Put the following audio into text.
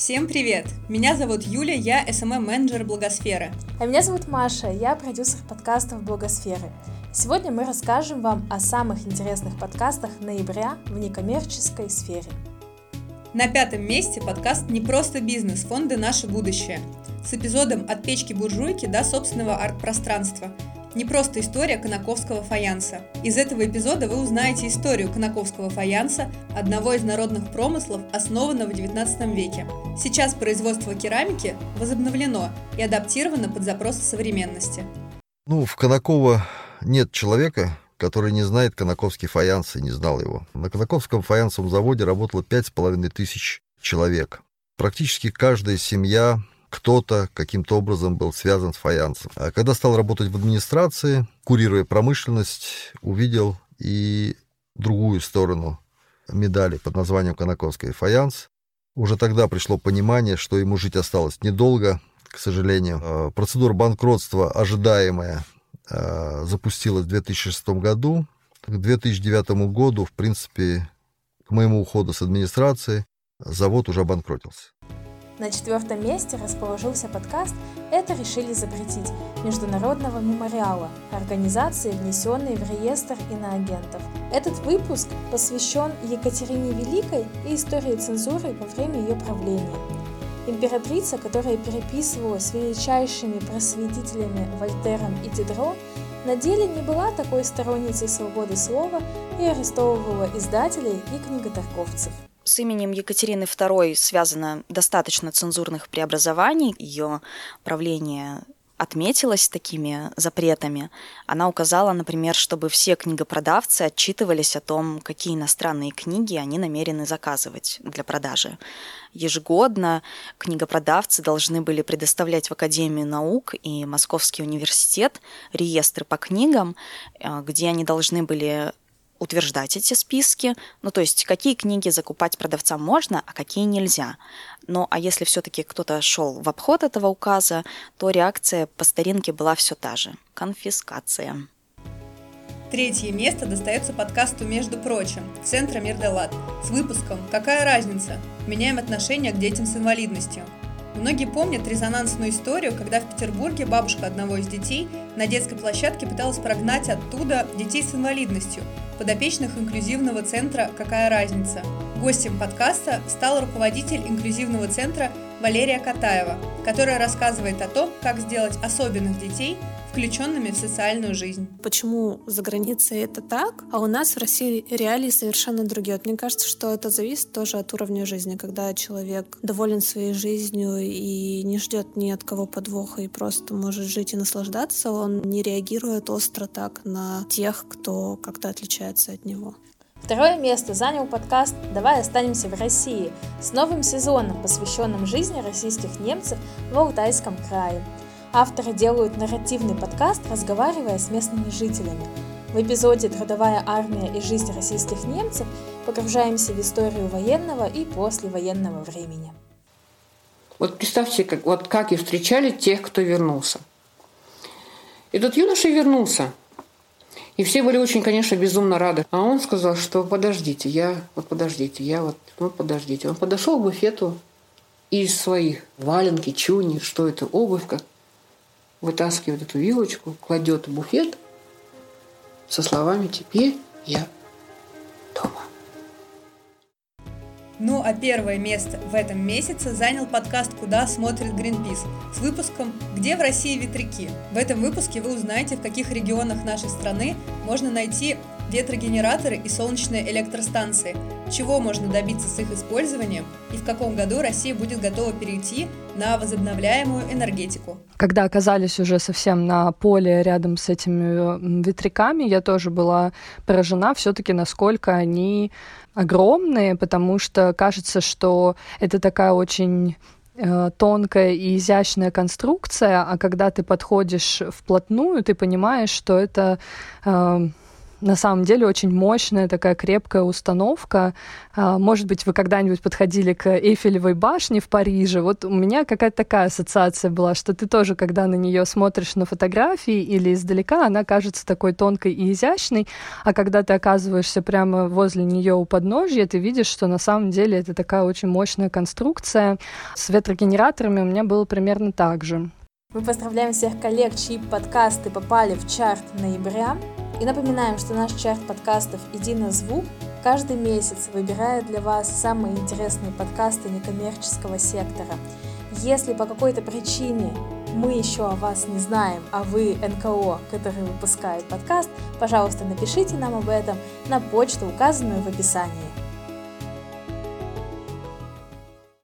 Всем привет! Меня зовут Юля, я SMM-менеджер Благосферы. А меня зовут Маша, я продюсер подкастов Благосферы. Сегодня мы расскажем вам о самых интересных подкастах ноября в некоммерческой сфере. На 5-м месте подкаст «Не просто бизнес. Фонды. Наше будущее» с эпизодом «От печки-буржуйки до собственного арт-пространства». Не просто история конаковского фаянса. Из этого эпизода вы узнаете историю конаковского фаянса, одного из народных промыслов, основанного в XIX веке. Сейчас производство керамики возобновлено и адаптировано под запросы современности. В Конаково нет человека, который не знает конаковский фаянс и не знал его. На конаковском фаянсовом заводе работало 5500 человек. Практически каждая семья, кто-то каким-то образом был связан с фаянсом. А когда стал работать в администрации, курируя промышленность, увидел и другую сторону медали под названием конаковский фаянс. Уже тогда пришло понимание, что ему жить осталось недолго, к сожалению. Процедура банкротства ожидаемая запустилась в 2006 году. К 2009 году, в принципе, к моему уходу с администрации, завод уже обанкротился. На 4-м месте расположился подкаст «Это решили запретить» Международного мемориала, организации, внесенной в реестр иноагентов. Этот выпуск посвящен Екатерине Великой и истории цензуры во время ее правления. Императрица, которая переписывалась с величайшими просветителями Вольтером и Дидро, на деле не была такой сторонницей свободы слова и арестовывала издателей и книготорговцев. С именем Екатерины II связано достаточно цензурных преобразований. Ее правление отметилось такими запретами. Она указала, например, чтобы все книгопродавцы отчитывались о том, какие иностранные книги они намерены заказывать для продажи. Ежегодно книгопродавцы должны были предоставлять в Академию наук и Московский университет реестры по книгам, где они должны были утверждать эти списки, то есть какие книги закупать продавцам можно, а какие нельзя. А если все-таки кто-то шел в обход этого указа, то реакция по старинке была все та же – конфискация. 3-е место достается подкасту «Между прочим» Центра Мир-де-Лад с выпуском «Какая разница? Меняем отношение к детям с инвалидностью». Многие помнят резонансную историю, когда в Петербурге бабушка одного из детей на детской площадке пыталась прогнать оттуда детей с инвалидностью, подопечных инклюзивного центра «Какая разница?». Гостем подкаста стал руководитель инклюзивного центра Валерия Катаева, которая рассказывает о том, как сделать особенных детей включенными в социальную жизнь. Почему за границей это так, а у нас в России реалии совершенно другие? Мне кажется, что это зависит тоже от уровня жизни, когда человек доволен своей жизнью и не ждет ни от кого подвоха и просто может жить и наслаждаться, он не реагирует остро так на тех, кто как-то отличается от него. 2-е место занял подкаст «Давай останемся в России» с новым сезоном, посвященным жизни российских немцев в Алтайском крае. Авторы делают нарративный подкаст, разговаривая с местными жителями. В эпизоде «Трудовая армия и жизнь российских немцев» погружаемся в историю военного и послевоенного времени. Представьте, как и встречали тех, кто вернулся. Этот юноша вернулся. И все были очень, конечно, безумно рады. А он сказал, что подождите. Он подошел к буфету и из своих валенки, чуни, что это, обувь, вытаскивает эту вилочку, кладет в буфет со словами «Теперь я дома». А 1-е место в этом месяце занял подкаст «Куда смотрит Гринпис» с выпуском «Где в России ветряки?». В этом выпуске вы узнаете, в каких регионах нашей страны можно найти ветрогенераторы и солнечные электростанции, чего можно добиться с их использованием и в каком году Россия будет готова перейти на возобновляемую энергетику. Когда оказались уже совсем на поле рядом с этими ветряками, я тоже была поражена все-таки, насколько они огромные, потому что кажется, что это такая очень тонкая и изящная конструкция, а когда ты подходишь вплотную, ты понимаешь, что это на самом деле очень мощная такая крепкая установка. Может быть, вы когда-нибудь подходили к Эйфелевой башне в Париже. Вот у меня какая-то такая ассоциация была, что ты тоже, когда на нее смотришь на фотографии или издалека, она кажется такой тонкой и изящной, а когда ты оказываешься прямо возле нее у подножья, ты видишь, что на самом деле это такая очень мощная конструкция. С ветрогенераторами у меня было примерно так же. Мы поздравляем всех коллег, чьи подкасты попали в чарт ноября. И напоминаем, что наш чарт подкастов «Иди на звук» каждый месяц выбирает для вас самые интересные подкасты некоммерческого сектора. Если по какой-то причине мы еще о вас не знаем, а вы НКО, который выпускает подкаст, пожалуйста, напишите нам об этом на почту, указанную в описании.